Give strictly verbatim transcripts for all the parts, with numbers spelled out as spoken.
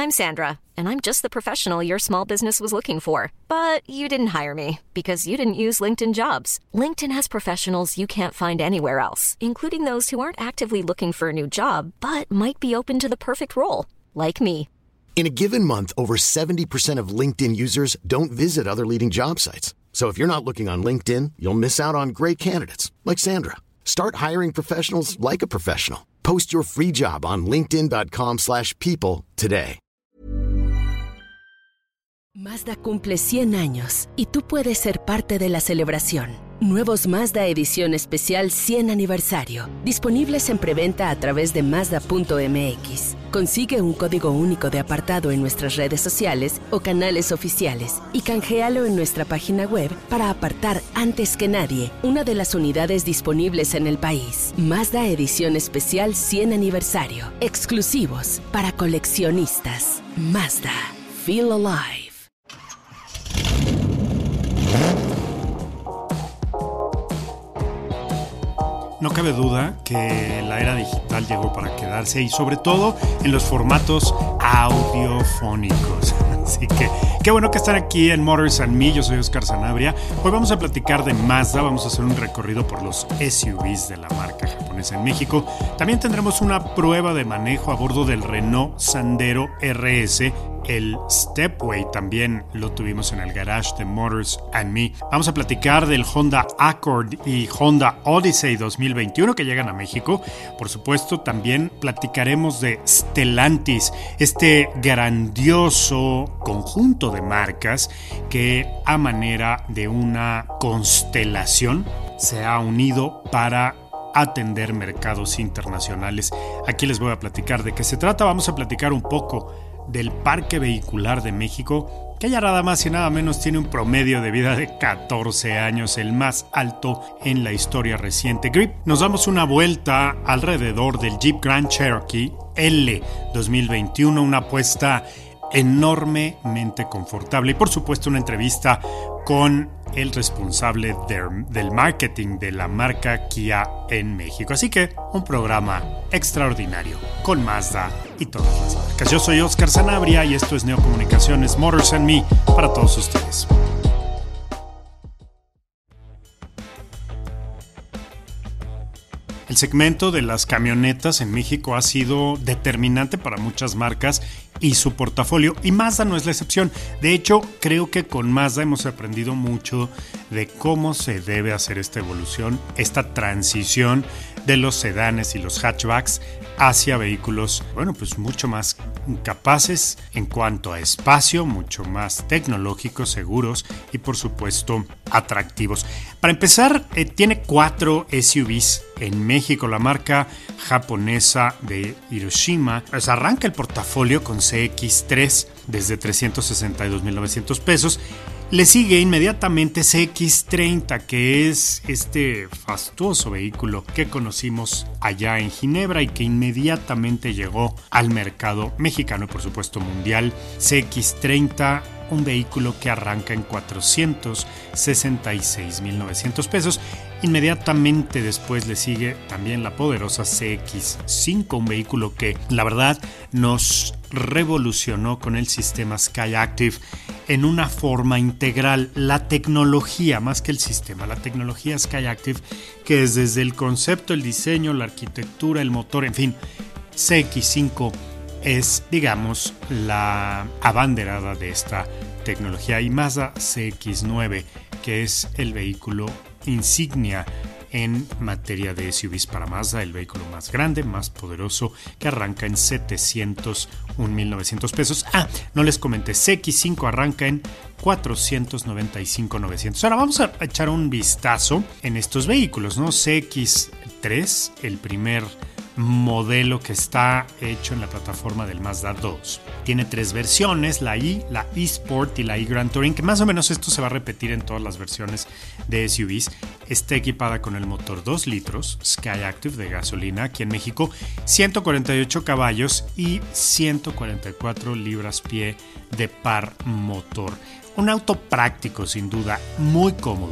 I'm Sandra, and I'm just the professional your small business was looking for. But you didn't hire me because you didn't use LinkedIn Jobs. LinkedIn has professionals you can't find anywhere else, including those who aren't actively looking for a new job, but might be open to the perfect role, like me. In a given month, over seventy percent of LinkedIn users don't visit other leading job sites. So if you're not looking on LinkedIn, you'll miss out on great candidates like Sandra. Start hiring professionals like a professional. Post your free job on linkedin.com slash people today. Mazda cumple cien años y tú puedes ser parte de la celebración. Nuevos Mazda Edición Especial cien Aniversario. Disponibles en preventa a través de Mazda punto M X. Consigue un código único de apartado en nuestras redes sociales o canales oficiales y canjealo en nuestra página web para apartar antes que nadie una de las unidades disponibles en el país. Mazda Edición Especial cien Aniversario. Exclusivos para coleccionistas. Mazda. Feel alive. No cabe duda que la era digital llegó para quedarse y sobre todo en los formatos audiofónicos. Así que qué bueno que están aquí en Motors and Me. Yo soy Oscar Sanabria. Hoy vamos a platicar de Mazda. Vamos a hacer un recorrido por los S U Vs de la marca japonesa en México. También tendremos una prueba de manejo a bordo del Renault Sandero R S. El Stepway también lo tuvimos en el garage de Motors and Me. Vamos a platicar del Honda Accord y Honda Odyssey dos mil veintiuno que llegan a México. Por supuesto, también platicaremos de Stellantis, este grandioso conjunto de marcas que a manera de una constelación se ha unido para atender mercados internacionales. Aquí les voy a platicar de qué se trata. Vamos a platicar un poco del parque vehicular de México, que ya nada más y nada menos tiene un promedio de vida de catorce años, el más alto en la historia reciente. Grip, nos damos una vuelta alrededor del Jeep Grand Cherokee L dos mil veintiuno, una apuesta enormemente confortable y por supuesto una entrevista con el responsable de, del marketing de la marca Kia en México. Así que un programa extraordinario con Mazda y todas las marcas. Yo soy Oscar Sanabria y esto es Neocomunicaciones Motors and Me para todos ustedes. El segmento de las camionetas en México ha sido determinante para muchas marcas y su portafolio, y Mazda no es la excepción. De hecho, creo que con Mazda hemos aprendido mucho de cómo se debe hacer esta evolución, esta transición de los sedanes y los hatchbacks hacia vehículos, bueno, pues mucho más capaces en cuanto a espacio, mucho más tecnológicos, seguros y por supuesto atractivos. Para empezar, eh, tiene cuatro S U Vs en México. La marca japonesa de Hiroshima pues arranca el portafolio con C X tres desde trescientos sesenta y dos mil novecientos pesos. Le sigue inmediatamente C X treinta, que es este fastuoso vehículo que conocimos allá en Ginebra y que inmediatamente llegó al mercado mexicano y por supuesto mundial. C X treinta, un vehículo que arranca en cuatrocientos sesenta y seis mil novecientos pesos. Inmediatamente después le sigue también la poderosa C X cinco, un vehículo que la verdad nos revolucionó con el sistema Skyactiv en una forma integral. La tecnología, más que el sistema, la tecnología Skyactiv, que es desde el concepto, el diseño, la arquitectura, el motor, en fin, C X cinco es, digamos, la abanderada de esta tecnología. Y Mazda C X nueve, que es el vehículo insignia en materia de S U Vs para Mazda, el vehículo más grande, más poderoso, que arranca en setecientos un mil novecientos pesos. Ah, no les comenté, C X cinco arranca en cuatrocientos noventa y cinco mil novecientos. Ahora vamos a echar un vistazo en estos vehículos, ¿no? C X tres, el primer modelo que está hecho en la plataforma del Mazda dos. Tiene tres versiones, la i, la eSport y la iGrand Touring, que más o menos esto se va a repetir en todas las versiones de S U Vs. Está equipada con el motor dos litros Skyactiv de gasolina aquí en México, ciento cuarenta y ocho caballos y ciento cuarenta y cuatro libras-pie de par motor. Un auto práctico, sin duda, muy cómodo,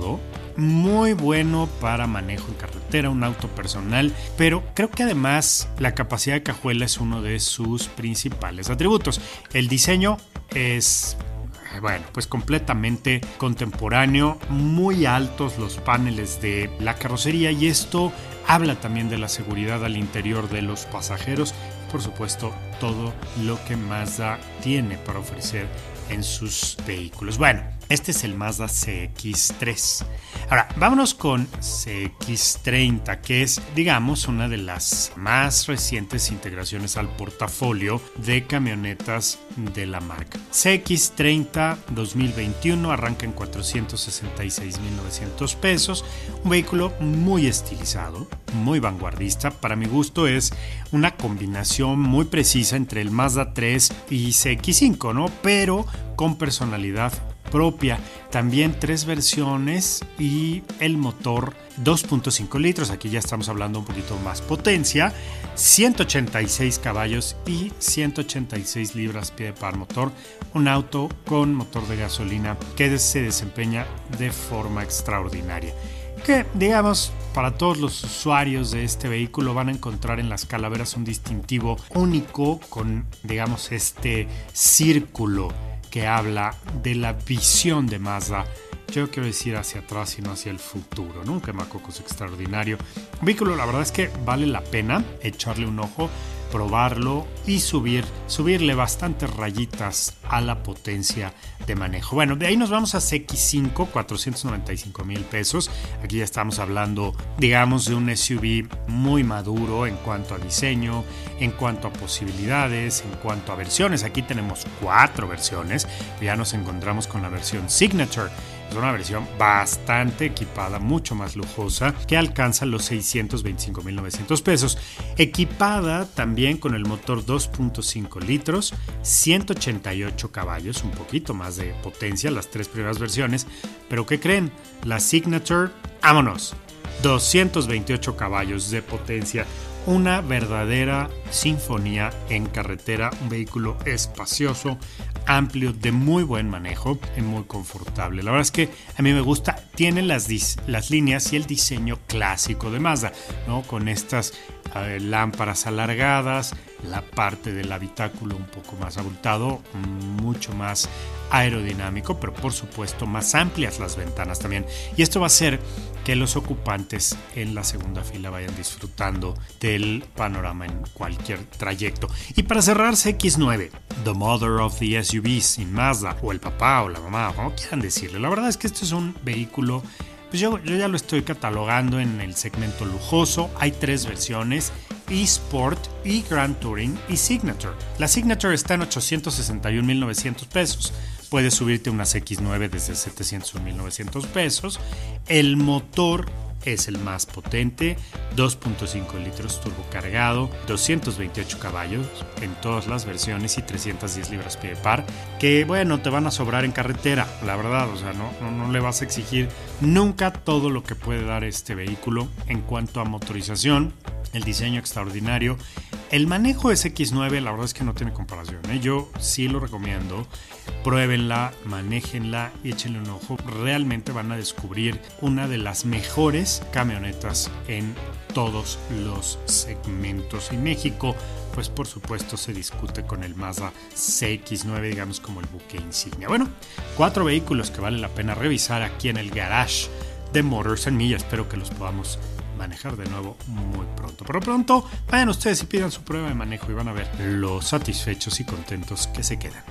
muy bueno para manejo en carretera, un auto personal, pero creo que además la capacidad de cajuela es uno de sus principales atributos. El diseño es, bueno, pues completamente contemporáneo, muy altos los paneles de la carrocería, y esto habla también de la seguridad al interior de los pasajeros. Por supuesto, todo lo que Mazda tiene para ofrecer en sus vehículos. Bueno, este es el Mazda C X tres. Ahora, vámonos con C X treinta, que es, digamos, una de las más recientes integraciones al portafolio de camionetas de la marca. C X treinta dos mil veintiuno arranca en cuatrocientos sesenta y seis mil novecientos pesos. Un vehículo muy estilizado, muy vanguardista. Para mi gusto es una combinación muy precisa entre el Mazda tres y C X cinco, ¿no? Pero con personalidad propia. También tres versiones y el motor dos punto cinco litros. Aquí ya estamos hablando un poquito más potencia. ciento ochenta y seis caballos y ciento ochenta y seis libras-pie de par motor. Un auto con motor de gasolina que se desempeña de forma extraordinaria. Que, digamos, para todos los usuarios de este vehículo van a encontrar en las calaveras un distintivo único con, digamos, este círculo que habla de la visión de Mazda. Yo quiero decir hacia atrás y no hacia el futuro, ¿no? Un quemacocos extraordinario. Un vehículo, la verdad es que vale la pena echarle un ojo, probarlo y subir, subirle bastantes rayitas a la potencia de manejo. Bueno, de ahí nos vamos a C X cinco, cuatrocientos noventa y cinco mil pesos. Aquí ya estamos hablando, digamos, de un S U V muy maduro en cuanto a diseño, en cuanto a posibilidades, en cuanto a versiones. Aquí tenemos cuatro versiones. Ya nos encontramos con la versión Signature. Es una versión bastante equipada, mucho más lujosa, que alcanza los seiscientos veinticinco mil novecientos pesos. Equipada también con el motor dos punto cinco litros, ciento ochenta y ocho caballos, un poquito más de potencia, las tres primeras versiones. Pero ¿qué creen? La Signature, vámonos, doscientos veintiocho caballos de potencia. Una verdadera sinfonía en carretera, un vehículo espacioso, amplio, de muy buen manejo y muy confortable. La verdad es que a mí me gusta, tiene las, las líneas y el diseño clásico de Mazda, ¿no? Con estas eh, lámparas alargadas, la parte del habitáculo un poco más abultado, mucho más aerodinámico, pero por supuesto más amplias las ventanas también. Y esto va a hacer que los ocupantes en la segunda fila vayan disfrutando del panorama en cualquier trayecto. Y para cerrar, C X nueve, The Mother of the S U Vs in Mazda, o el papá o la mamá, como quieran decirle. La verdad es que este es un vehículo, pues yo, yo ya lo estoy catalogando en el segmento lujoso. Hay tres versiones: eSport, eGrand Touring y Signature. La Signature está en ochocientos sesenta y un mil novecientos pesos. Puedes subirte una C X nueve desde setecientos un mil novecientos pesos. El motor es el más potente, dos punto cinco litros turbocargado, doscientos veintiocho caballos en todas las versiones y trescientas diez libras-pie de par, que bueno, te van a sobrar en carretera, la verdad. O sea, no, no, no le vas a exigir nunca todo lo que puede dar este vehículo en cuanto a motorización, el diseño extraordinario. El manejo de C X nueve, la verdad es que no tiene comparación, ¿eh? Yo sí lo recomiendo. Pruébenla, manéjenla y échenle un ojo. Realmente van a descubrir una de las mejores camionetas en todos los segmentos. En México, pues por supuesto se discute con el Mazda C X nueve, digamos, como el buque insignia. Bueno, cuatro vehículos que vale la pena revisar aquí en el garage de Motors and Me. Y espero que los podamos manejar de nuevo muy pronto. Pero pronto vayan ustedes y pidan su prueba de manejo y van a ver lo satisfechos y contentos que se quedan.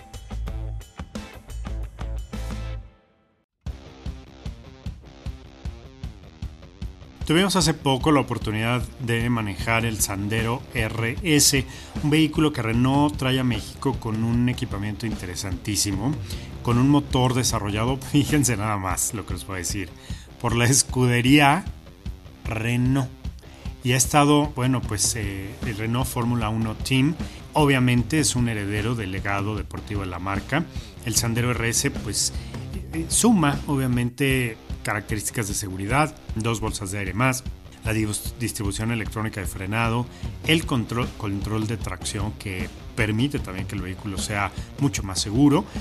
Tuvimos hace poco la oportunidad de manejar el Sandero R S, un vehículo que Renault trae a México con un equipamiento interesantísimo, con un motor desarrollado, fíjense nada más lo que les voy a decir, por la escudería Renault. Y ha estado, bueno, pues eh, el Renault Fórmula uno Team, obviamente es un heredero del legado deportivo de la marca. El Sandero R S, pues eh, suma, obviamente, características de seguridad, dos bolsas de aire más, la distribución electrónica de frenado, el control, control de tracción que permite también que el vehículo sea mucho más seguro.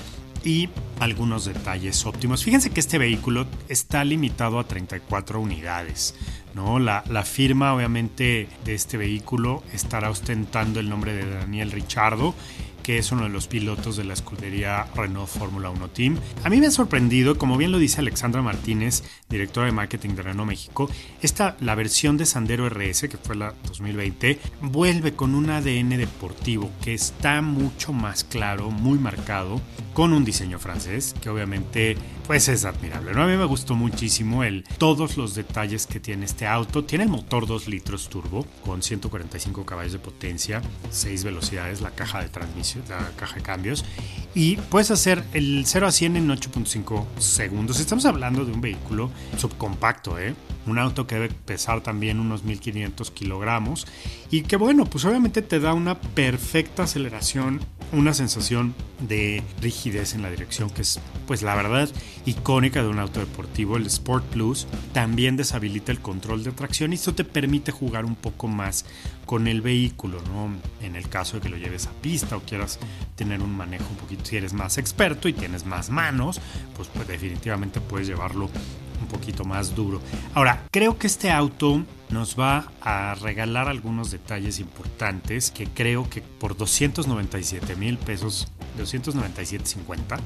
y algunos detalles óptimos. Fíjense que este vehículo está limitado a treinta y cuatro unidades, ¿no? La, la firma, obviamente, de este vehículo estará ostentando el nombre de Daniel Ricciardo, que es uno de los pilotos de la escudería Renault Fórmula uno Team. A mí me ha sorprendido, como bien lo dice Alexandra Martínez, directora de marketing de Renault México, esta, la versión de Sandero R S, que fue la dos mil veinte, vuelve con un A D N deportivo que está mucho más claro, muy marcado, con un diseño francés, que obviamente pues es admirable, ¿no? A mí me gustó muchísimo el, todos los detalles que tiene este auto. Tiene el motor dos litros turbo, con ciento cuarenta y cinco caballos de potencia, seis velocidades, la caja de transmisión, la caja de cambios, y puedes hacer el cero a cien en ocho punto cinco segundos. Estamos hablando de un vehículo subcompacto, ¿eh? Un auto que debe pesar también unos mil quinientos kilogramos y que, bueno, pues obviamente te da una perfecta aceleración, una sensación de rigidez en la dirección que es, pues la verdad, icónica de un auto deportivo. El Sport Plus también deshabilita el control de tracción y esto te permite jugar un poco más con el vehículo, ¿no? En el caso de que lo lleves a pista o quieras tener un manejo un poquito, si eres más experto y tienes más manos, pues, pues definitivamente puedes llevarlo un poquito más duro. Ahora, creo que este auto nos va a regalar algunos detalles importantes que creo que por doscientos noventa y siete mil pesos, doscientos noventa y siete cincuenta,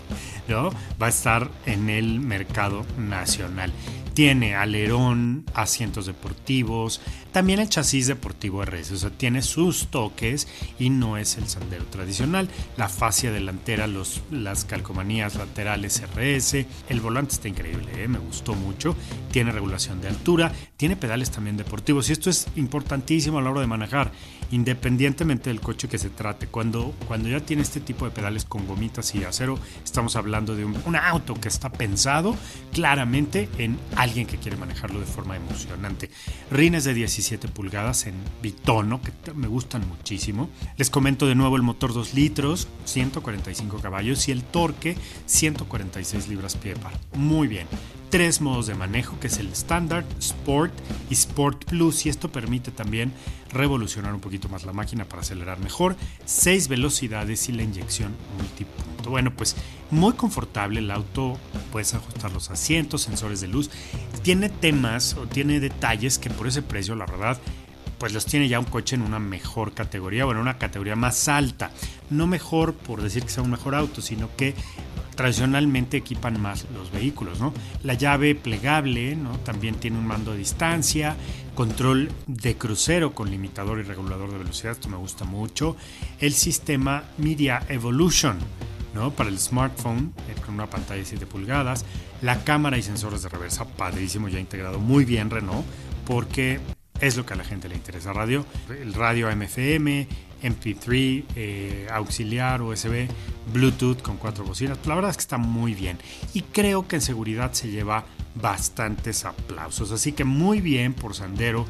¿no? Va a estar en el mercado nacional. Tiene alerón, asientos deportivos, también el chasis deportivo R S, o sea, tiene sus toques y no es el Sandero tradicional. La fascia delantera, los, las calcomanías laterales R S, el volante está increíble, ¿eh? Me gustó mucho. Tiene regulación de altura, tiene pedales también deportivos y esto es importantísimo a la hora de manejar, independientemente del coche que se trate. Cuando, cuando ya tiene este tipo de pedales con gomitas y acero, estamos hablando de un, un auto que está pensado claramente en alguien que quiere manejarlo de forma emocionante. Rines de diecisiete pulgadas en bitono, que me gustan muchísimo. Les comento de nuevo el motor dos litros, ciento cuarenta y cinco caballos y el torque ciento cuarenta y seis libras-pie de par. Muy bien. Tres modos de manejo, que es el Standard, Sport y Sport Plus, y esto permite también revolucionar un poquito más la máquina para acelerar mejor. Seis velocidades y la inyección multipunto. Bueno, pues muy confortable el auto, puedes ajustar los asientos, sensores de luz. Tiene temas o tiene detalles que por ese precio, la verdad, pues los tiene ya un coche en una mejor categoría, bueno, una categoría más alta. No mejor por decir que sea un mejor auto, sino que tradicionalmente equipan más los vehículos, ¿no? La llave plegable, ¿no? También tiene un mando a distancia, control de crucero con limitador y regulador de velocidad, esto me gusta mucho. El sistema Media Evolution, ¿no? Para el smartphone, eh, con una pantalla de siete pulgadas. La cámara y sensores de reversa, padrísimo, ya integrado muy bien Renault, porque es lo que a la gente le interesa. Radio, el radio A M F M, M P tres, eh, auxiliar, U S B, Bluetooth con cuatro bocinas. La verdad es que está muy bien y creo que en seguridad se lleva bastantes aplausos. Así que muy bien por Sandero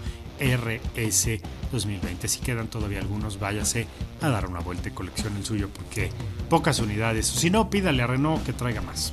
R S dos mil veinte. Si quedan todavía algunos, váyase a dar una vuelta y coleccione el suyo porque pocas unidades. O si no, pídale a Renault que traiga más.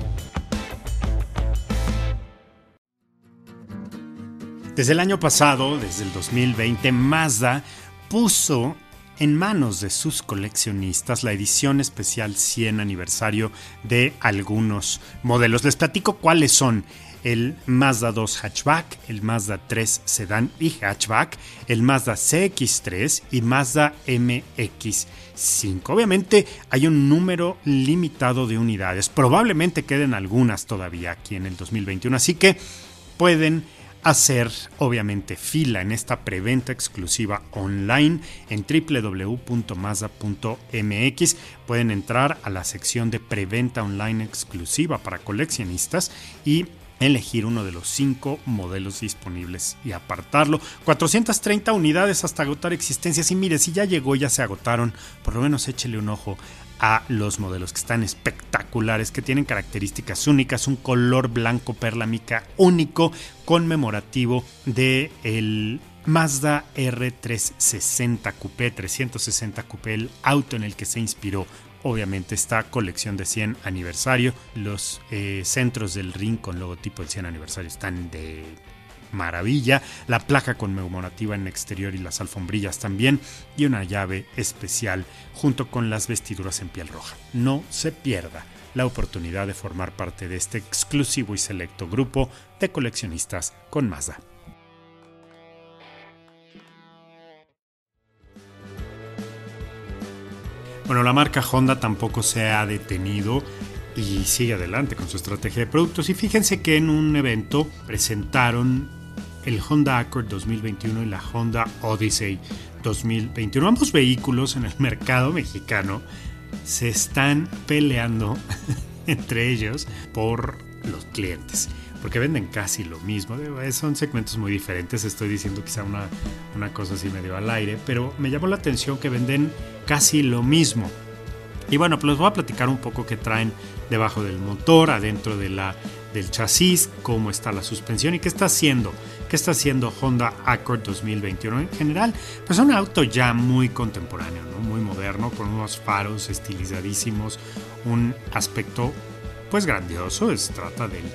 Desde el año pasado, desde el dos mil veinte, Mazda puso en manos de sus coleccionistas la edición especial cien aniversario de algunos modelos. Les platico cuáles son: el Mazda dos Hatchback, el Mazda tres Sedán y Hatchback, el Mazda C X tres y Mazda M X cinco. Obviamente hay un número limitado de unidades, probablemente queden algunas todavía aquí en el dos mil veintiuno, así que pueden hacer obviamente fila en esta preventa exclusiva online en doble u doble u doble u punto mazda punto m x. Pueden entrar a la sección de preventa online exclusiva para coleccionistas y elegir uno de los cinco modelos disponibles y apartarlo. cuatrocientas treinta unidades hasta agotar existencias. Y mire, si ya llegó, ya se agotaron, por lo menos échele un ojo a los modelos que están espectaculares, que tienen características únicas, un color blanco perla mica único, conmemorativo de el Mazda R trescientos sesenta Coupé, trescientos sesenta Coupé, el auto en el que se inspiró obviamente esta colección de cien aniversario. Los eh, centros del ring con logotipo del cien aniversario están de maravilla, la placa conmemorativa en el exterior y las alfombrillas también, y una llave especial junto con las vestiduras en piel roja. No se pierda la oportunidad de formar parte de este exclusivo y selecto grupo de coleccionistas con Mazda. Bueno, la marca Honda tampoco se ha detenido y sigue adelante con su estrategia de productos. Y fíjense que en un evento presentaron el Honda Accord dos mil veintiuno y la Honda Odyssey dos mil veintiuno. Ambos vehículos en el mercado mexicano se están peleando entre ellos por los clientes, porque venden casi lo mismo. Son segmentos muy diferentes, estoy diciendo quizá una, una cosa así medio al aire, pero me llamó la atención que venden casi lo mismo. Y bueno, pues les voy a platicar un poco qué traen debajo del motor, adentro de la, del chasis, cómo está la suspensión y qué está haciendo. ¿Qué está haciendo Honda Accord dos mil veintiuno? En general, pues es un auto ya muy contemporáneo, ¿no? Muy moderno, con unos faros estilizadísimos, un aspecto pues grandioso. Se trata del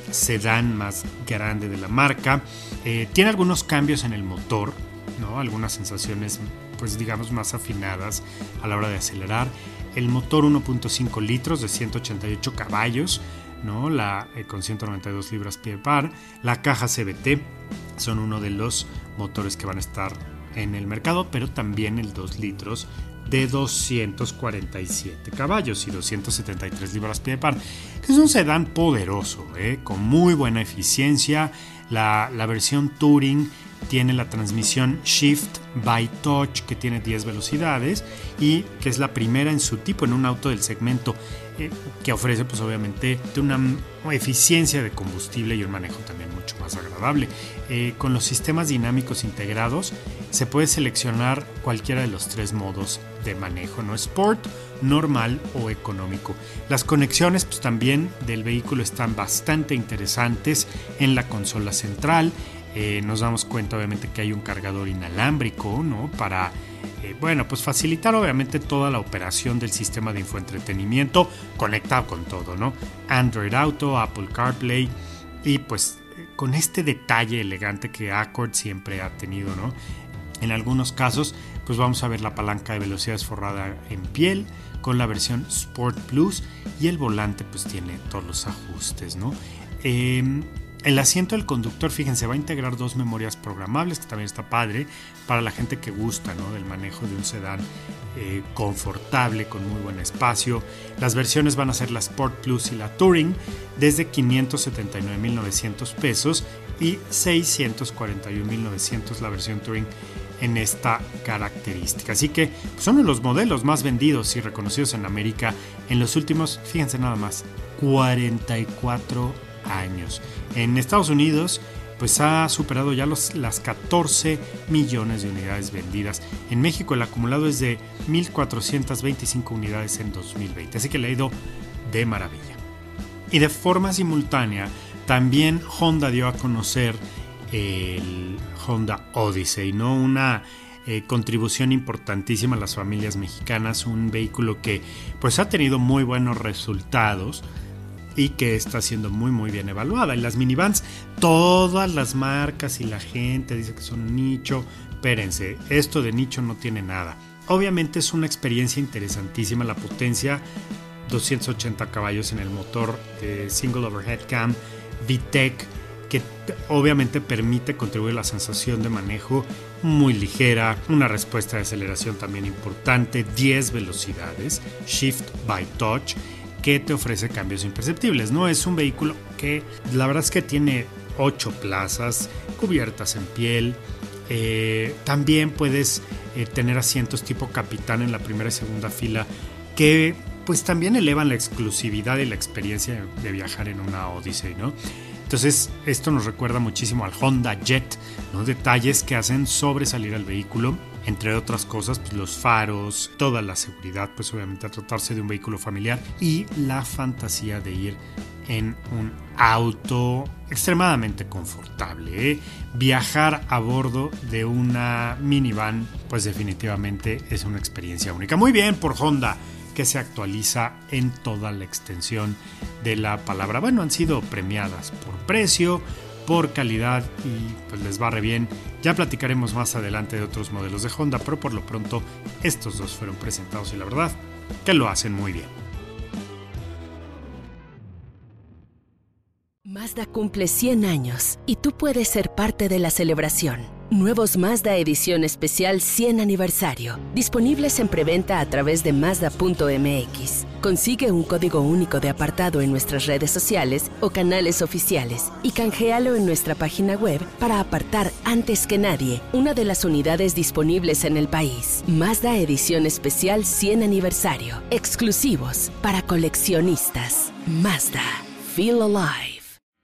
sedán más grande de la marca. Eh, tiene algunos cambios en el motor, ¿no? Algunas sensaciones pues digamos más afinadas a la hora de acelerar. El motor uno punto cinco litros de ciento ochenta y ocho caballos, ¿no? La, eh, con ciento noventa y dos libras-pie par. La caja C V T son uno de los motores que van a estar en el mercado, pero también el dos litros de doscientos cuarenta y siete caballos y doscientos setenta y tres libras-pie par, que es un sedán poderoso, ¿eh? Con muy buena eficiencia. La, la versión Touring tiene la transmisión Shift by Touch, que tiene diez velocidades y que es la primera en su tipo en un auto del segmento, eh, que ofrece pues obviamente una eficiencia de combustible y un manejo también mucho más agradable. Eh, con los sistemas dinámicos integrados se puede seleccionar cualquiera de los tres modos de manejo, ¿no? Sport, normal o económico. Las conexiones pues también del vehículo están bastante interesantes en la consola central. Eh, nos damos cuenta obviamente que hay un cargador inalámbrico, ¿no? Para eh, bueno, pues facilitar obviamente toda la operación del sistema de infoentretenimiento conectado con todo, ¿no? Android Auto, Apple CarPlay y pues con este detalle elegante que Accord siempre ha tenido, ¿no? En algunos casos pues vamos a ver la palanca de velocidades forrada en piel con la versión Sport Plus y el volante pues tiene todos los ajustes, ¿no? Eh, El asiento del conductor, fíjense, va a integrar dos memorias programables, que también está padre para la gente que gusta, ¿no? Del manejo de un sedán eh, confortable, con muy buen espacio. Las versiones van a ser la Sport Plus y la Touring, desde quinientos setenta y nueve mil novecientos pesos y seiscientos cuarenta y un mil novecientos la versión Touring en esta característica. Así que pues, son uno de los modelos más vendidos y reconocidos en América en los últimos, fíjense nada más, cuarenta y cuatro años. En Estados Unidos pues ha superado ya los, las catorce millones de unidades vendidas. En México el acumulado es de mil cuatrocientas veinticinco unidades en dos mil veinte, así que le ha ido de maravilla. Y de forma simultánea también Honda dio a conocer el Honda Odyssey, ¿no? Una eh, contribución importantísima a las familias mexicanas, un vehículo que pues ha tenido muy buenos resultados y que está siendo muy muy bien evaluada. En las minivans todas las marcas y la gente dice que son nicho. Espérense, esto de nicho no tiene nada. Obviamente es una experiencia interesantísima. La potencia, doscientos ochenta caballos en el motor de Single Overhead Cam V TEC, que obviamente permite contribuir a la sensación de manejo muy ligera, una respuesta de aceleración también importante, diez velocidades, Shift by Touch, que te ofrece cambios imperceptibles, ¿no? Es un vehículo que la verdad es que tiene ocho plazas cubiertas en piel. Eh, también puedes eh, tener asientos tipo capitán en la primera y segunda fila que pues también elevan la exclusividad y la experiencia de viajar en una Odyssey, ¿no? Entonces esto nos recuerda muchísimo al Honda Jet, ¿no? Detalles que hacen sobresalir al vehículo. Entre otras cosas, pues los faros, toda la seguridad, pues obviamente a tratarse de un vehículo familiar y la fantasía de ir en un auto extremadamente confortable, ¿eh? Viajar a bordo de una minivan, pues definitivamente es una experiencia única. Muy bien por Honda, que se actualiza en toda la extensión de la palabra. Bueno, han sido premiadas por precio, por calidad y pues les va re bien. Ya platicaremos más adelante de otros modelos de Honda, pero por lo pronto estos dos fueron presentados y la verdad que lo hacen muy bien. Mazda cumple cien años y tú puedes ser parte de la celebración. Nuevos Mazda edición especial cien aniversario, disponibles en preventa a través de Mazda punto m x. Consigue un código único de apartado en nuestras redes sociales o canales oficiales y canjealo en nuestra página web para apartar antes que nadie una de las unidades disponibles en el país. Mazda edición especial cien aniversario, exclusivos para coleccionistas. Mazda, feel alive.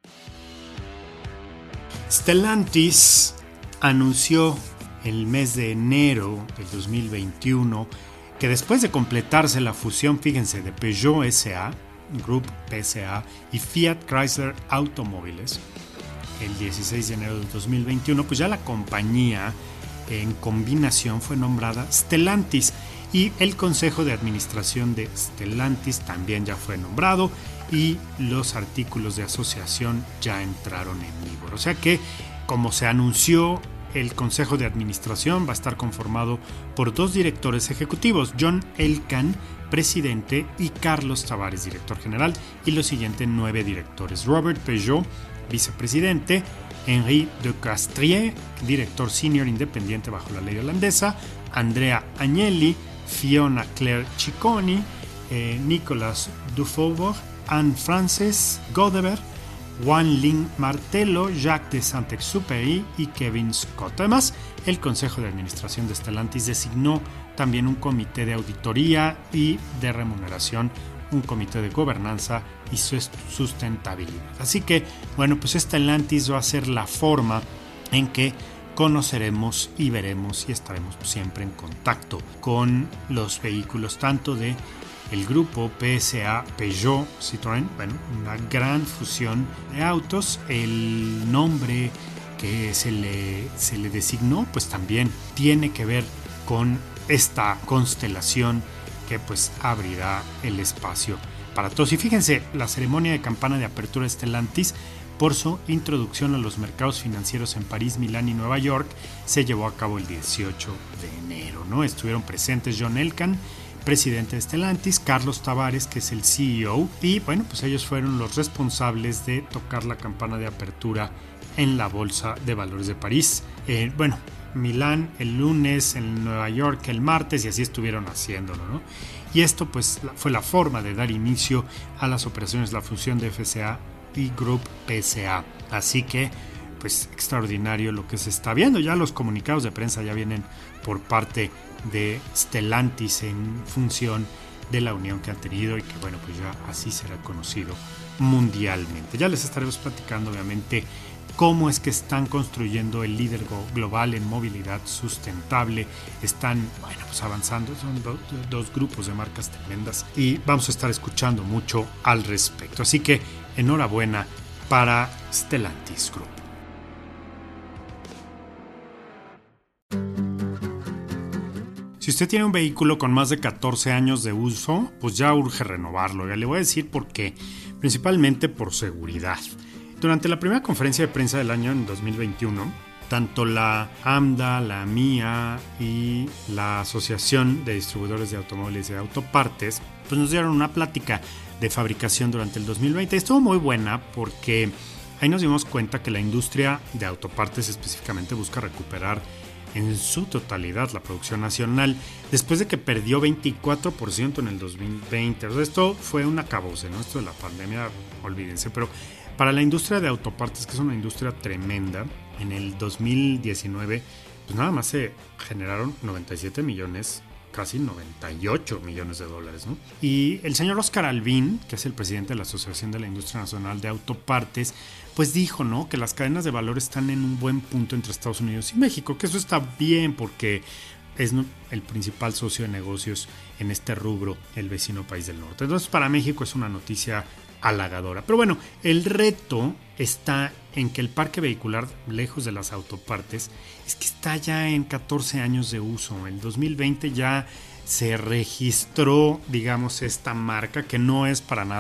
Stellantis anunció el mes de enero del dos mil veintiuno que después de completarse la fusión, fíjense, de Peugeot S A, Group P S A y Fiat Chrysler Automóviles, el dieciséis de enero del dos mil veintiuno, pues ya la compañía en combinación fue nombrada Stellantis y el Consejo de Administración de Stellantis también ya fue nombrado y los artículos de asociación ya entraron en vigor. O sea que, como se anunció, el Consejo de Administración va a estar conformado por dos directores ejecutivos, John Elkann, presidente, y Carlos Tavares, director general, y los siguientes nueve directores: Robert Peugeot, vicepresidente; Henri de Castrier, director senior independiente bajo la ley holandesa; Andrea Agnelli, Fiona Claire Cicconi, eh, Nicolas Dufauvre, Anne-Frances Godebert, Wan Ling Martello, Jacques de Saint-Exupéry y Kevin Scott. Además, el Consejo de Administración de Stellantis designó también un comité de auditoría y de remuneración, un comité de gobernanza y sustentabilidad. Así que, bueno, pues Stellantis va a ser la forma en que conoceremos y veremos y estaremos siempre en contacto con los vehículos tanto de el grupo P S A Peugeot Citroën, bueno, una gran fusión de autos. El nombre que se le, se le designó, pues también tiene que ver con esta constelación que pues abrirá el espacio para todos. Y fíjense, la ceremonia de campana de apertura de Stellantis por su introducción a los mercados financieros en París, Milán y Nueva York se llevó a cabo el dieciocho de enero, ¿no? Estuvieron presentes John Elkann, presidente de Stellantis, Carlos Tavares, que es el C E O, y bueno, pues ellos fueron los responsables de tocar la campana de apertura en la Bolsa de Valores de París. Eh, bueno, Milán el lunes, en Nueva York el martes, y así estuvieron haciéndolo, ¿no? Y esto pues fue la forma de dar inicio a las operaciones, la fusión de F C A y Group P S A. Así que pues extraordinario lo que se está viendo. Ya los comunicados de prensa ya vienen por parte de Stellantis en función de la unión que han tenido y que bueno, pues ya así será conocido mundialmente. Ya les estaremos platicando obviamente cómo es que están construyendo el líder global en movilidad sustentable. Están, bueno, pues avanzando, son do, dos grupos de marcas tremendas y vamos a estar escuchando mucho al respecto. Así que enhorabuena para Stellantis Group. Si usted tiene un vehículo con más de catorce años de uso, pues ya urge renovarlo. Ya le voy a decir por qué. Principalmente por seguridad. Durante la primera conferencia de prensa del año en dos mil veintiuno, tanto la AMDA, la M I A y la Asociación de Distribuidores de Automóviles y de Autopartes pues nos dieron una plática de fabricación durante el dos mil veinte. Estuvo muy buena porque ahí nos dimos cuenta que la industria de autopartes específicamente busca recuperar en su totalidad la producción nacional después de que perdió veinticuatro por ciento en el dos mil veinte. O sea, esto fue un acabose, ¿no? Esto de la pandemia, olvídense, pero para la industria de autopartes, que es una industria tremenda, en el dos mil diecinueve pues nada más se generaron noventa y siete millones, casi noventa y ocho millones de dólares, ¿no? Y el señor Oscar Albín, que es el presidente de la Asociación de la Industria Nacional de Autopartes, pues dijo, ¿no?, que las cadenas de valor están en un buen punto entre Estados Unidos y México, que eso está bien porque es el principal socio de negocios en este rubro, el vecino país del norte. Entonces, para México es una noticia halagadora. Pero bueno, el reto está en que el parque vehicular, lejos de las autopartes, es que está ya en catorce años de uso. En dos mil veinte ya se registró, digamos, esta marca que no es para nada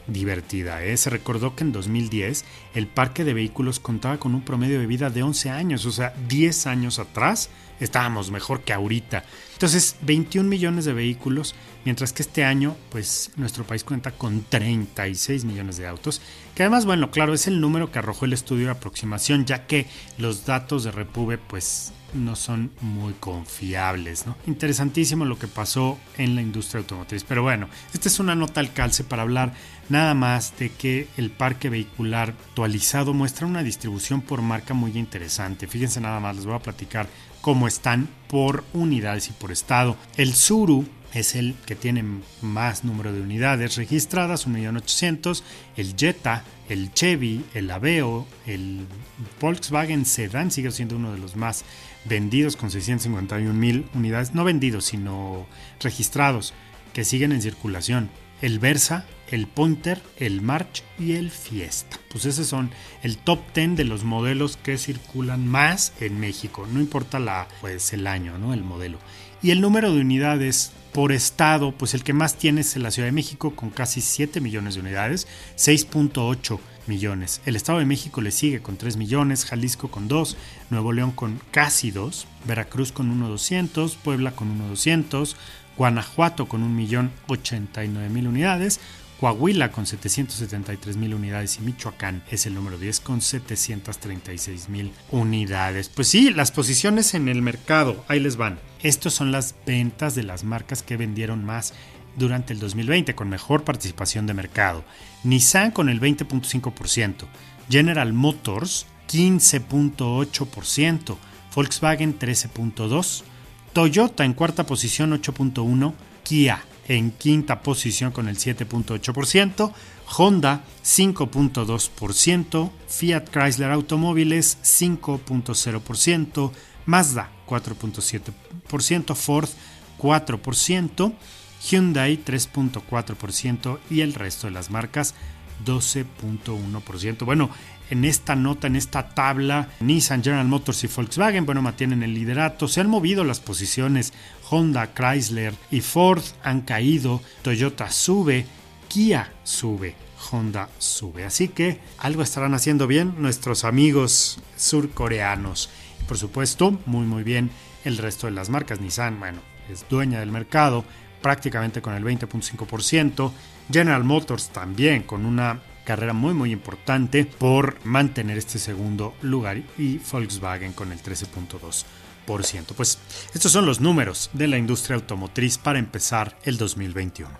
divertida, ¿eh? Se recordó que en dos mil diez el parque de vehículos contaba con un promedio de vida de once años, o sea, diez años atrás estábamos mejor que ahorita. Entonces, veintiún millones de vehículos, mientras que este año, pues, nuestro país cuenta con treinta y seis millones de autos, que además, bueno, claro, es el número que arrojó el estudio de aproximación, ya que los datos de Repube, pues, no son muy confiables, ¿no? Interesantísimo lo que pasó en la industria automotriz. Pero bueno, esta es una nota al calce para hablar nada más de que el parque vehicular actualizado muestra una distribución por marca muy interesante. Fíjense nada más, les voy a platicar cómo están por unidades y por estado. El Tsuru es el que tiene más número de unidades registradas, un millón ochocientos mil. El Jetta, el Chevy, el Aveo, el Volkswagen Sedan sigue siendo uno de los más vendidos con seiscientos cincuenta y un mil unidades, no vendidos sino registrados, que siguen en circulación. El Versa, el Pointer, el March y el Fiesta. Pues esos son el top diez de los modelos que circulan más en México. No importa la, pues el año, ¿no? El modelo. Y el número de unidades por estado, pues el que más tiene es la Ciudad de México con casi siete millones de unidades, seis punto ocho millones. El Estado de México le sigue con tres millones, Jalisco con dos, Nuevo León con casi dos, Veracruz con uno millón doscientos mil, Puebla con uno millón doscientos mil, Guanajuato con un millón ochenta y nueve mil unidades, Coahuila con setecientos setenta y tres mil unidades y Michoacán es el número diez con setecientos treinta y seis mil unidades. Pues sí, las posiciones en el mercado, ahí les van. Estas son las ventas de las marcas que vendieron más durante el dos mil veinte con mejor participación de mercado. Nissan con el veinte punto cinco por ciento, General Motors quince punto ocho por ciento, Volkswagen trece punto dos por ciento, Toyota en cuarta posición ocho punto uno por ciento, Kia en quinta posición con el siete punto ocho por ciento, Honda cinco punto dos por ciento, Fiat Chrysler Automóviles cinco punto cero por ciento, Mazda cuatro punto siete por ciento, Ford cuatro por ciento, Hyundai tres punto cuatro por ciento y el resto de las marcas doce punto uno por ciento. Bueno, en esta nota, en esta tabla, Nissan, General Motors y Volkswagen, bueno, mantienen el liderato. Se han movido las posiciones. Honda, Chrysler y Ford han caído. Toyota sube, Kia sube, Honda sube. Así que algo estarán haciendo bien nuestros amigos surcoreanos. Y por supuesto, muy muy bien el resto de las marcas. Nissan, bueno, es dueña del mercado, prácticamente con el veinte punto cinco por ciento. General Motors también con una carrera muy muy importante por mantener este segundo lugar y Volkswagen con el trece punto dos por ciento. Pues estos son los números de la industria automotriz para empezar el dos mil veintiuno.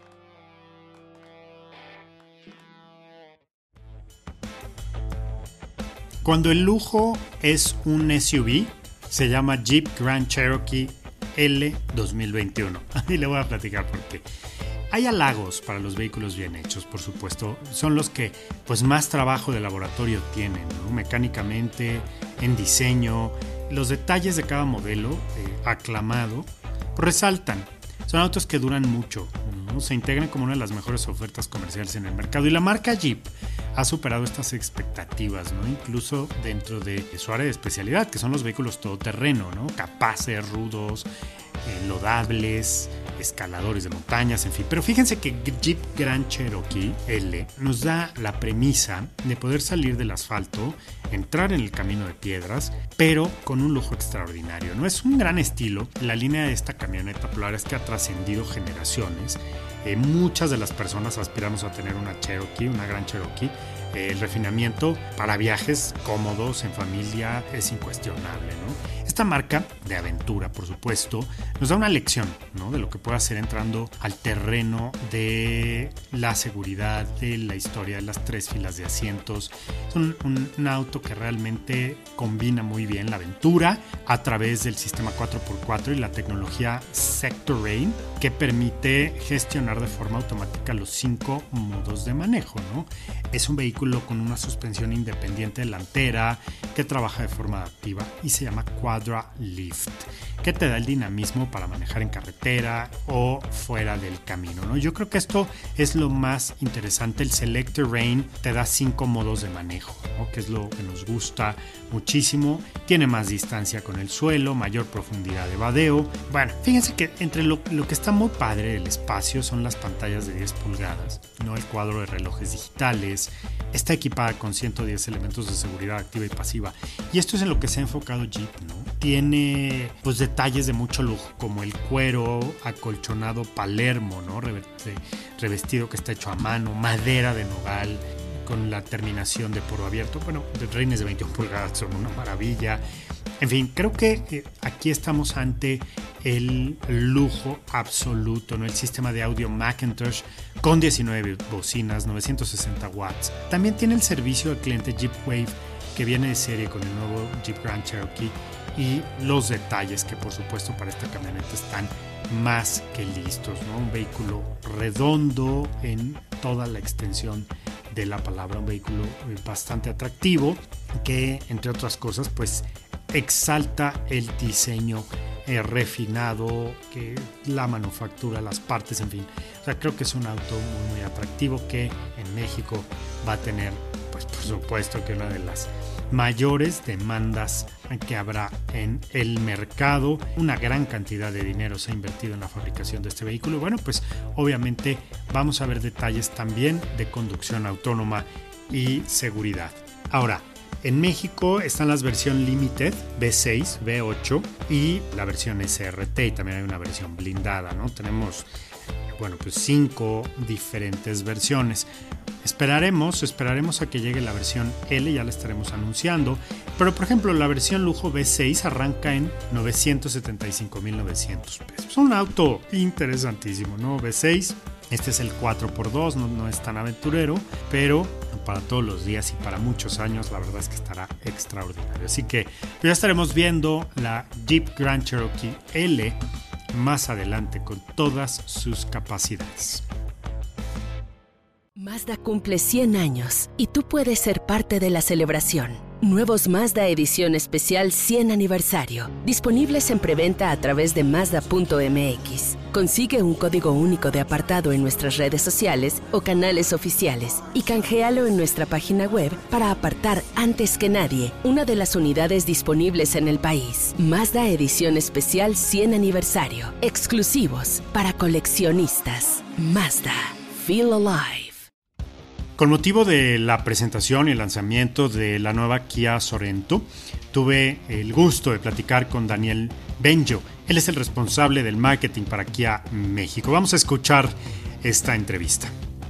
Cuando el lujo es un S U V, se llama Jeep Grand Cherokee L dos mil veintiuno. Y le voy a platicar por qué. Hay halagos para los vehículos bien hechos, por supuesto. Son los que pues más trabajo de laboratorio tienen, ¿no? Mecánicamente, en diseño. Los detalles de cada modelo eh, aclamado resaltan. Son autos que duran mucho, ¿no? Se integran como una de las mejores ofertas comerciales en el mercado. Y la marca Jeep ha superado estas expectativas, ¿no? Incluso dentro de su área de especialidad, que son los vehículos todoterreno, ¿no? Capaces, rudos, eh, lodables, escaladores de montañas, en fin. Pero fíjense que Jeep Grand Cherokee L nos da la premisa de poder salir del asfalto, entrar en el camino de piedras, pero con un lujo extraordinario, ¿no? Es un gran estilo. La línea de esta camioneta, la verdad es que ha trascendido generaciones. Eh, muchas de las personas aspiramos a tener una Cherokee, una Grand Cherokee. Eh, el refinamiento para viajes cómodos en familia es incuestionable, ¿no? Esta marca de aventura, por supuesto, nos da una lección, ¿no? De lo que puede hacer entrando al terreno de la seguridad, de la historia de las tres filas de asientos. Es un, un, un auto que realmente combina muy bien la aventura a través del sistema cuatro por cuatro y la tecnología Sector Rain, que permite gestionar de forma automática los cinco modos de manejo, ¿no? Es un vehículo con una suspensión independiente delantera que trabaja de forma adaptiva y se llama Quadro Quadra Lift, que te da el dinamismo para manejar en carretera o fuera del camino, ¿no? Yo creo que esto es lo más interesante. El Select Terrain te da cinco modos de manejo, ¿no? Que es lo que nos gusta muchísimo. Tiene más distancia con el suelo, mayor profundidad de vadeo. Bueno, fíjense que entre lo, lo que está muy padre del espacio son las pantallas de diez pulgadas, ¿no? El cuadro de relojes digitales. Está equipada con ciento diez elementos de seguridad activa y pasiva. Y esto es en lo que se ha enfocado Jeep, ¿no? Tiene pues detalles de mucho lujo, como el cuero acolchonado Palermo, ¿no? Revestido que está hecho a mano, madera de nogal, con la terminación de poro abierto. Bueno, de reines de veintiuna pulgadas son una maravilla. En fin, creo que eh, aquí estamos ante el lujo absoluto, ¿no? El sistema de audio Macintosh con diecinueve bocinas, novecientos sesenta watts. También tiene el servicio al cliente Jeep Wave que viene de serie con el nuevo Jeep Grand Cherokee, y los detalles que por supuesto para esta camioneta están más que listos, ¿no? Un vehículo redondo en toda la extensión de la palabra, un vehículo bastante atractivo que, entre otras cosas, pues exalta el diseño eh, refinado, que la manufactura, las partes, en fin. O sea, creo que es un auto muy, muy atractivo que en México va a tener, pues por supuesto que una de las mayores demandas que habrá en el mercado. Una gran cantidad de dinero se ha invertido en la fabricación de este vehículo y bueno, pues obviamente vamos a ver detalles también de conducción autónoma y seguridad. Ahora, en México están las versiones Limited V seis, V ocho y la versión S R T, y también hay una versión blindada, ¿no? Tenemos, bueno, pues cinco diferentes versiones. Esperaremos, esperaremos a que llegue la versión L, ya la estaremos anunciando. Pero, por ejemplo, la versión lujo V seis arranca en novecientos setenta y cinco mil novecientos pesos. Es un auto interesantísimo, ¿no? V seis, este es el cuatro por dos, no, no es tan aventurero, pero para todos los días y para muchos años, la verdad es que estará extraordinario. Así que ya estaremos viendo la Jeep Grand Cherokee L más adelante con todas sus capacidades. Mazda cumple cien años y tú puedes ser parte de la celebración. Nuevos Mazda Edición Especial cien Aniversario, disponibles en preventa a través de Mazda punto M X. Consigue un código único de apartado en nuestras redes sociales o canales oficiales y canjealo en nuestra página web para apartar antes que nadie una de las unidades disponibles en el país. Mazda Edición Especial cien Aniversario, exclusivos para coleccionistas. Mazda, feel alive. Con motivo de la presentación y el lanzamiento de la nueva Kia Sorento, tuve el gusto de platicar con Daniel Benjo. Él es el responsable del marketing para Kia México. Vamos a escuchar esta entrevista.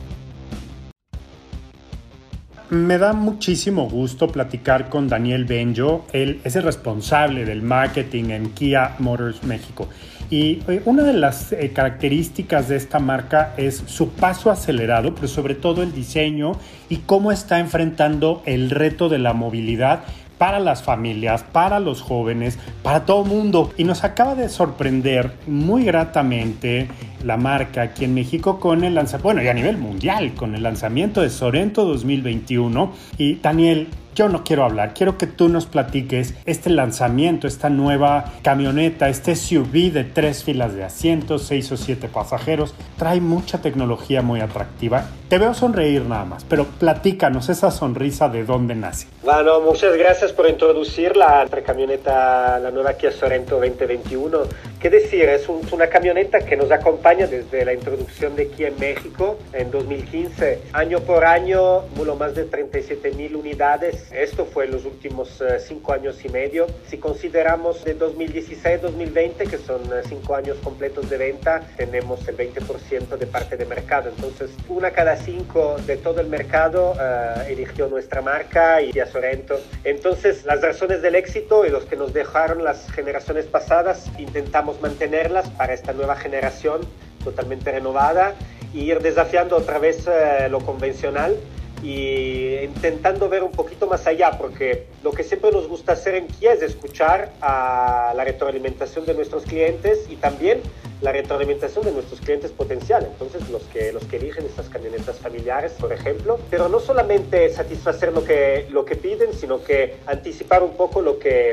Me da muchísimo gusto platicar con Daniel Benjo. Él es el responsable del marketing en Kia Motors México. Y una de las eh, características de esta marca es su paso acelerado, pero sobre todo el diseño y cómo está enfrentando el reto de la movilidad para las familias, para los jóvenes, para todo el mundo. Y nos acaba de sorprender muy gratamente la marca aquí en México con el lanzamiento, bueno, y a nivel mundial, con el lanzamiento de Sorento dos mil veintiuno. Y Daniel, yo no quiero hablar, quiero que tú nos platiques este lanzamiento, esta nueva camioneta, este S U V de tres filas de asientos, seis o siete pasajeros. Trae mucha tecnología muy atractiva. Te veo sonreír nada más, pero platícanos esa sonrisa, ¿de dónde nace? Bueno, muchas gracias por introducir la camioneta, la nueva Kia Sorento veinte veintiuno. ¿Qué decir? Es un, una camioneta que nos acompaña desde la introducción de Kia en México en dos mil quince. Año por año, mucho más de treinta y siete mil unidades. Esto fue en los últimos uh, cinco años y medio. Si consideramos de dos mil dieciséis a dos mil veinte, que son uh, cinco años completos de venta, tenemos el veinte por ciento de parte de mercado. Entonces, una cada cinco de todo el mercado uh, eligió nuestra marca y Kia Sorento. Entonces, las razones del éxito y los que nos dejaron las generaciones pasadas, intentamos mantenerlas para esta nueva generación totalmente renovada e ir desafiando otra vez uh, lo convencional y intentando ver un poquito más allá, porque lo que siempre nos gusta hacer en Kia es escuchar a la retroalimentación de nuestros clientes y también la retroalimentación de nuestros clientes potenciales, entonces los que, los que eligen estas camionetas familiares, por ejemplo, pero no solamente satisfacer lo que, lo que piden, sino que anticipar un poco lo que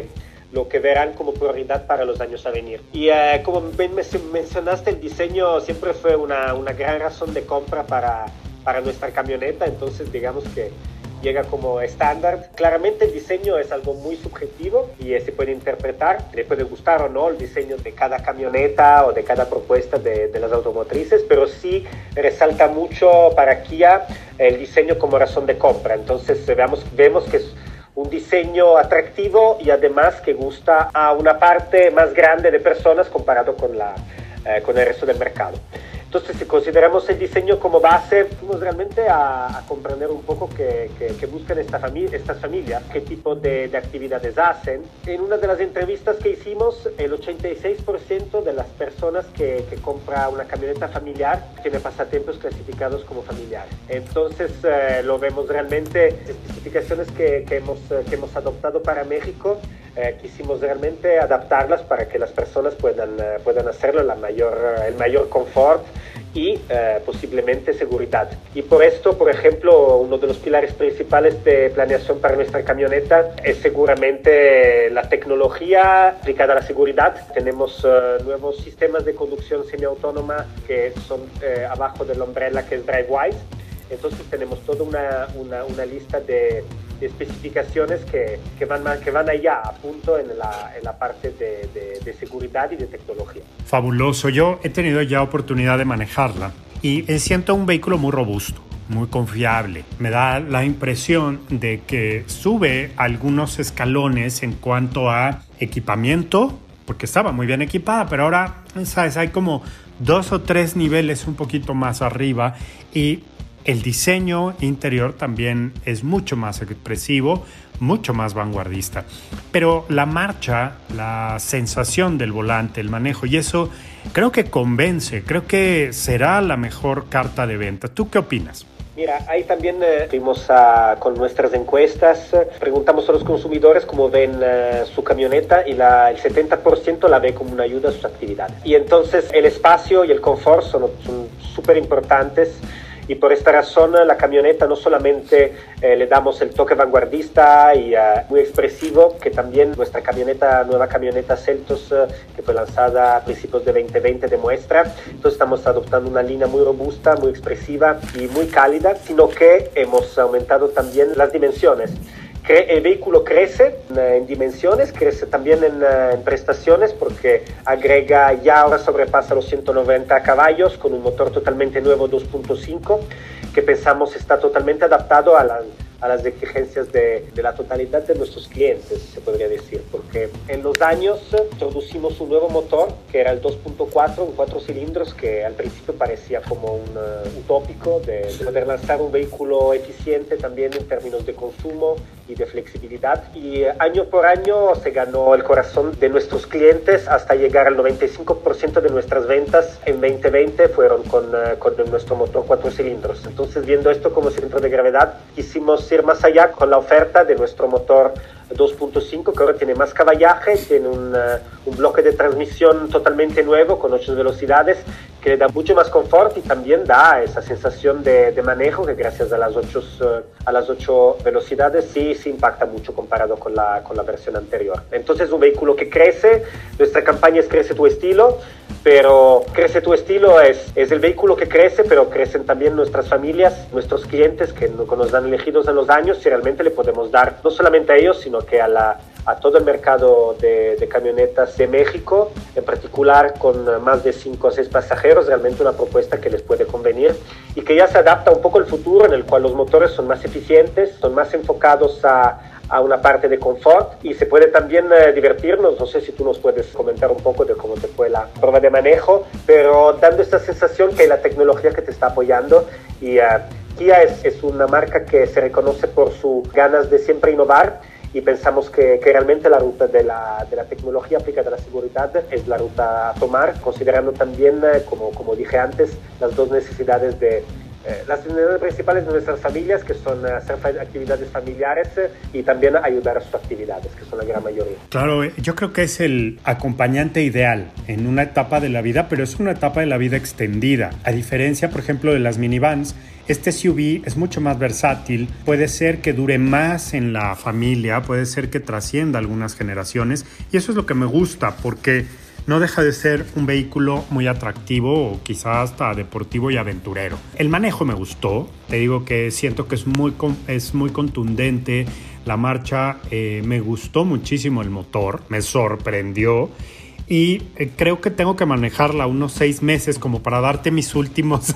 lo que verán como prioridad para los años a venir. Y eh, como bien mencionaste, el diseño siempre fue una, una gran razón de compra para, para nuestra camioneta, entonces digamos que llega como estándar. Claramente el diseño es algo muy subjetivo y eh, se puede interpretar, le puede gustar o no el diseño de cada camioneta o de cada propuesta de, de las automotrices, pero sí resalta mucho para Kia el diseño como razón de compra. Entonces veamos, vemos que es un diseño atractivo y además que gusta a una parte más grande de personas comparado con, la, eh, con el resto del mercado. Entonces, si consideramos el diseño como base, fuimos realmente a, a comprender un poco qué, qué, qué buscan esta fami- estas familias, qué tipo de, de actividades hacen. En una de las entrevistas que hicimos, el ochenta y seis por ciento de las personas que, que compra una camioneta familiar tiene pasatiempos clasificados como familiares. Entonces, eh, lo vemos realmente, especificaciones que, que, hemos, que hemos adoptado para México, eh, quisimos realmente adaptarlas para que las personas puedan, uh, puedan hacerlo la mayor, uh, el mayor confort y eh, posiblemente seguridad. Y por esto, por ejemplo, uno de los pilares principales de planeación para nuestra camioneta es seguramente la tecnología aplicada a la seguridad. Tenemos eh, nuevos sistemas de conducción semiautónoma que son eh, abajo del umbrella que es DriveWise. Entonces tenemos toda una, una, una lista de, de especificaciones que, que, van, que van allá a punto en la, en la parte de, de, de seguridad y de tecnología. Fabuloso. Yo he tenido ya oportunidad de manejarla y siento un vehículo muy robusto, muy confiable. Me da la impresión de que sube algunos escalones en cuanto a equipamiento, porque estaba muy bien equipada, pero ahora, ¿sabes? Hay como dos o tres niveles un poquito más arriba y el diseño interior también es mucho más expresivo, mucho más vanguardista. Pero la marcha, la sensación del volante, el manejo, y eso creo que convence, creo que será la mejor carta de venta. ¿Tú qué opinas? Mira, ahí también eh, fuimos a, con nuestras encuestas, eh, preguntamos a los consumidores cómo ven eh, su camioneta y la, el setenta por ciento la ve como una ayuda a sus actividades. Y entonces el espacio y el confort son súper importantes. Y por esta razón la camioneta no solamente eh, le damos el toque vanguardista y uh, muy expresivo, que también nuestra camioneta, nueva camioneta Seltos, uh, que fue lanzada a principios de veinte veinte, demuestra. Entonces estamos adoptando una línea muy robusta, muy expresiva y muy cálida, sino que hemos aumentado también las dimensiones. El vehículo crece en dimensiones, crece también en, en prestaciones porque agrega, ya ahora sobrepasa los ciento noventa caballos con un motor totalmente nuevo dos punto cinco que pensamos está totalmente adaptado a, la, a las exigencias de, de la totalidad de nuestros clientes, se podría decir, porque en los años introducimos un nuevo motor que era el dos punto cuatro, un cuatro cilindros que al principio parecía como un uh, utópico de, de poder lanzar un vehículo eficiente también en términos de consumo y de flexibilidad, y año por año se ganó el corazón de nuestros clientes hasta llegar al noventa y cinco por ciento de nuestras ventas en veinte veinte fueron con, uh, con nuestro motor cuatro cilindros. Entonces, viendo esto como centro de gravedad, quisimos ir más allá con la oferta de nuestro motor dos punto cinco, que ahora tiene más caballaje, tiene un, uh, un bloque de transmisión totalmente nuevo con ocho velocidades que le da mucho más confort y también da esa sensación de, de manejo que gracias a las ocho, uh, a las ocho velocidades sí, sí impacta mucho comparado con la, con la versión anterior. Entonces es un vehículo que crece, nuestra campaña es Crece tu estilo, pero Crece tu estilo es, es el vehículo que crece, pero crecen también nuestras familias, nuestros clientes que nos han elegido en los años y realmente le podemos dar no solamente a ellos, sino que a, la, a todo el mercado de, de camionetas de México, en particular con más de cinco o seis pasajeros, realmente una propuesta que les puede convenir y que ya se adapta un poco al futuro en el cual los motores son más eficientes, son más enfocados a a una parte de confort y se puede también eh, divertirnos. No sé si tú nos puedes comentar un poco de cómo te fue la prueba de manejo, pero dando esta sensación que hay la tecnología que te está apoyando y uh, Kia es, es una marca que se reconoce por sus ganas de siempre innovar y pensamos que, que realmente la ruta de la, de la tecnología aplicada a la seguridad es la ruta a tomar, considerando también, eh, como, como dije antes, las dos necesidades de eh, las necesidades principales de nuestras familias, que son hacer actividades familiares eh, y también ayudar a sus actividades, que son la gran mayoría. Claro, yo creo que es el acompañante ideal en una etapa de la vida, pero es una etapa de la vida extendida. A diferencia, por ejemplo, de las minivans, este S U V es mucho más versátil, puede ser que dure más en la familia, puede ser que trascienda algunas generaciones, y eso es lo que me gusta, porque no deja de ser un vehículo muy atractivo o quizás hasta deportivo y aventurero. El manejo me gustó, te digo que siento que es muy, es muy contundente, la marcha eh, me gustó muchísimo, el motor me sorprendió. Y eh, creo que tengo que manejarla unos seis meses como para darte mis últimos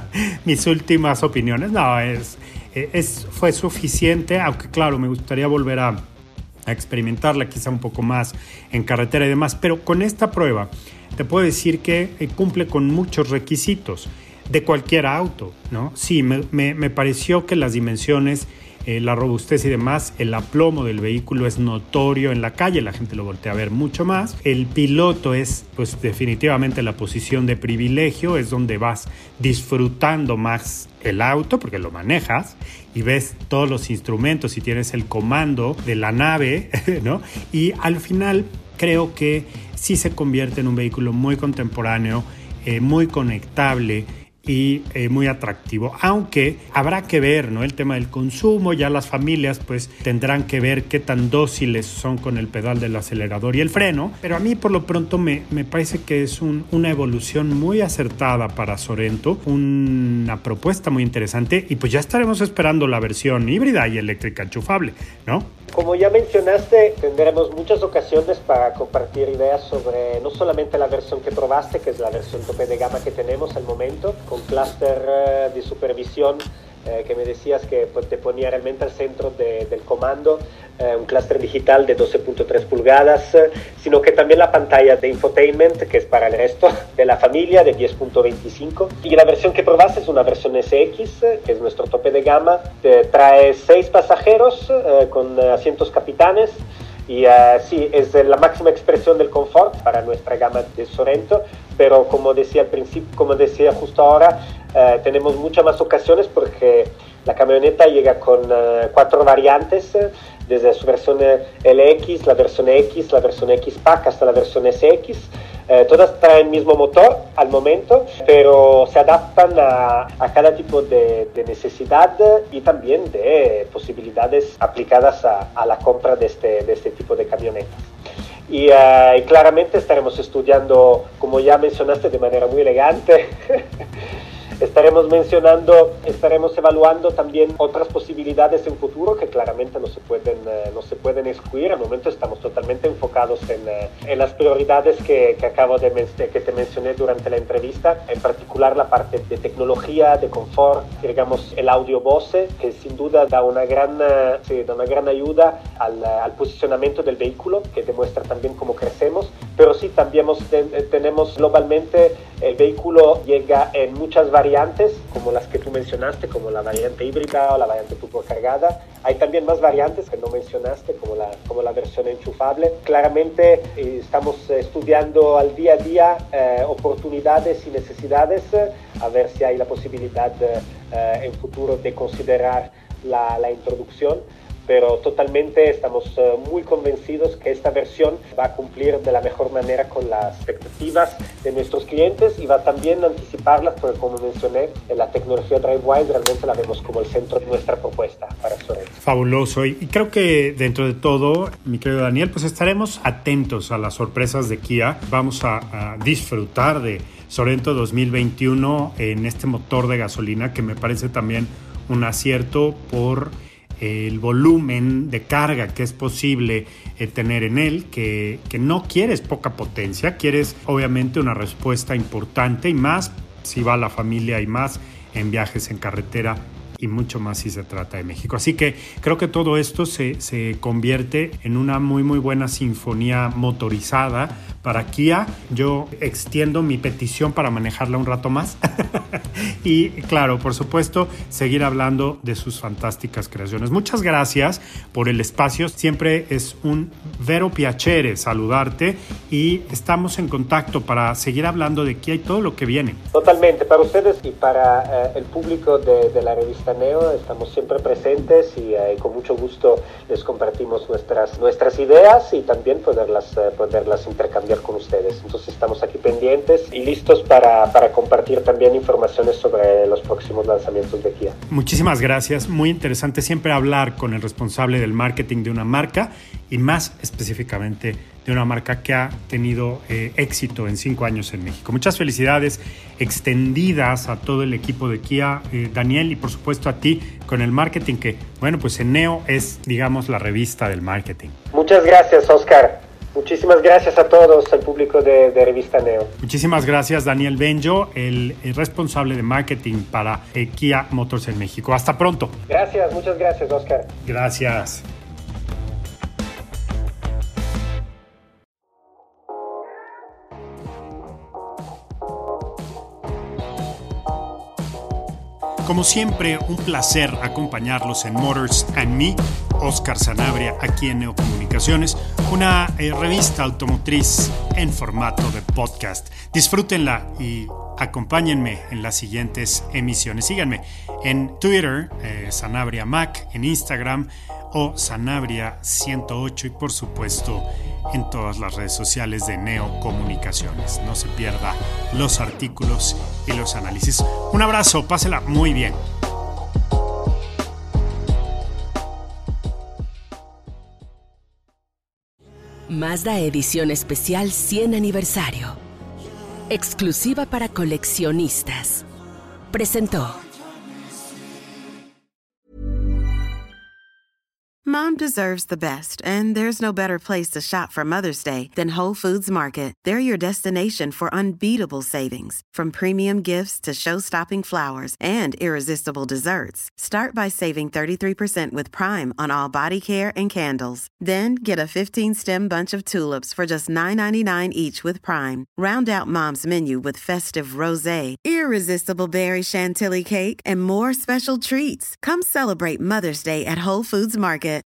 mis últimas opiniones. No, es, es, fue suficiente, aunque claro, me gustaría volver a, a experimentarla quizá un poco más en carretera y demás. Pero con esta prueba te puedo decir que eh, cumple con muchos requisitos de cualquier auto, ¿no? Sí, me, me, me pareció que las dimensiones, Eh, la robustez y demás, el aplomo del vehículo es notorio en la calle, la gente lo voltea a ver mucho más. El piloto es pues definitivamente la posición de privilegio, es donde vas disfrutando más el auto porque lo manejas y ves todos los instrumentos y tienes el comando de la nave, ¿no? Y al final creo que sí se convierte en un vehículo muy contemporáneo, eh, muy conectable y eh, muy atractivo, aunque habrá que ver, ¿no? El tema del consumo, ya las familias pues tendrán que ver qué tan dóciles son con el pedal del acelerador y el freno, pero a mí por lo pronto me, me parece que es un, una evolución muy acertada para Sorento, una propuesta muy interesante, y pues ya estaremos esperando la versión híbrida y eléctrica enchufable, ¿no? Como ya mencionaste, tendremos muchas ocasiones para compartir ideas sobre no solamente la versión que probaste, que es la versión tope de gama que tenemos al momento, con clúster eh, de supervisión eh, que me decías que pues, te ponía realmente al centro de, del comando, eh, un clúster digital de doce punto tres pulgadas, eh, sino que también la pantalla de infotainment, que es para el resto de la familia, de diez punto veinticinco. Y la versión que probaste es una versión S X, eh, que es nuestro tope de gama. Te trae seis pasajeros eh, con eh, asientos capitanes. Y uh, sí, es la máxima expresión del confort para nuestra gama de Sorento, pero como decía al principio, como decía justo ahora, uh, tenemos muchas más ocasiones porque la camioneta llega con uh, cuatro variantes, uh, desde su versión L X, la versión X, la versión X-Pack hasta la versión S X. Eh, todas traen el mismo motor al momento, pero se adaptan a, a cada tipo de, de necesidad y también de posibilidades aplicadas a, a la compra de este, de este tipo de camionetas. Y, uh, y claramente estaremos estudiando, como ya mencionaste de manera muy elegante, estaremos mencionando, estaremos evaluando también otras posibilidades en futuro que claramente no se pueden, uh, no se pueden excluir. Al momento estamos totalmente enfocados en, uh, en las prioridades que, que acabo de que te mencioné durante la entrevista, en particular la parte de tecnología, de confort, digamos el audio Bose, que sin duda da una gran, uh, sí, da una gran ayuda al, uh, al posicionamiento del vehículo, que demuestra también cómo crecemos, pero sí también tenemos globalmente, el vehículo llega en muchas variantes, como las que tú mencionaste, como la variante híbrida o la variante turbocargada. Hay también más variantes que no mencionaste, como la, como la versión enchufable. Claramente eh, estamos estudiando al día a día eh, oportunidades y necesidades, eh, a ver si hay la posibilidad eh, en futuro de considerar la, la introducción. Pero totalmente estamos uh, muy convencidos que esta versión va a cumplir de la mejor manera con las expectativas de nuestros clientes y va también a anticiparlas, porque como mencioné, en la tecnología DriveWise realmente la vemos como el centro de nuestra propuesta para Sorento. Fabuloso, y creo que dentro de todo, mi querido Daniel, pues estaremos atentos a las sorpresas de Kia. Vamos a, a disfrutar de Sorento dos mil veintiuno en este motor de gasolina, que me parece también un acierto por el volumen de carga que es posible eh, tener en él, que, que no quieres poca potencia, quieres obviamente una respuesta importante, y más si va la familia y más en viajes en carretera y mucho más si se trata de México. Así que creo que todo esto se, se convierte en una muy muy buena sinfonía motorizada para Kia. Yo extiendo mi petición para manejarla un rato más y claro, por supuesto, seguir hablando de sus fantásticas creaciones. Muchas gracias por el espacio. Siempre es un vero piacere saludarte y estamos en contacto para seguir hablando de Kia y todo lo que viene. Totalmente, para ustedes y para eh, el público de, de la revista Neo estamos siempre presentes y eh, con mucho gusto les compartimos nuestras, nuestras ideas y también poderlas, eh, poderlas intercambiar con ustedes. Entonces estamos aquí pendientes y listos para, para compartir también informaciones sobre los próximos lanzamientos de Kia. Muchísimas gracias, muy interesante siempre hablar con el responsable del marketing de una marca y más específicamente de una marca que ha tenido eh, éxito en cinco años en México. Muchas felicidades extendidas a todo el equipo de Kia, eh, Daniel, y por supuesto a ti con el marketing que, bueno, pues en Neo es, digamos, la revista del marketing. Muchas gracias, Oscar. Muchísimas gracias a todos, al público de, de Revista Neo. Muchísimas gracias, Daniel Benjo, el, el responsable de marketing para eh, Kia Motors en México. Hasta pronto. Gracias, muchas gracias, Oscar. Gracias. Como siempre, un placer acompañarlos en Motors and Me, Oscar Sanabria, aquí en Neocomunicaciones, una eh, revista automotriz en formato de podcast. Disfrútenla y acompáñenme en las siguientes emisiones. Síganme en Twitter, eh, Sanabria Mac, en Instagram o Sanabria ciento ocho y por supuesto en todas las redes sociales de Neocomunicaciones. No se pierda los artículos y los análisis. Un abrazo, pásela muy bien. Mazda Edición Especial cien Aniversario. Exclusiva para coleccionistas. Presentó. Mom deserves the best, and there's no better place to shop for Mother's Day than Whole Foods Market. They're your destination for unbeatable savings, from premium gifts to show-stopping flowers and irresistible desserts. Start by saving thirty-three percent with Prime on all body care and candles. Then get a fifteen-stem bunch of tulips for just nine ninety-nine each with Prime. Round out Mom's menu with festive rosé, irresistible berry chantilly cake, and more special treats. Come celebrate Mother's Day at Whole Foods Market.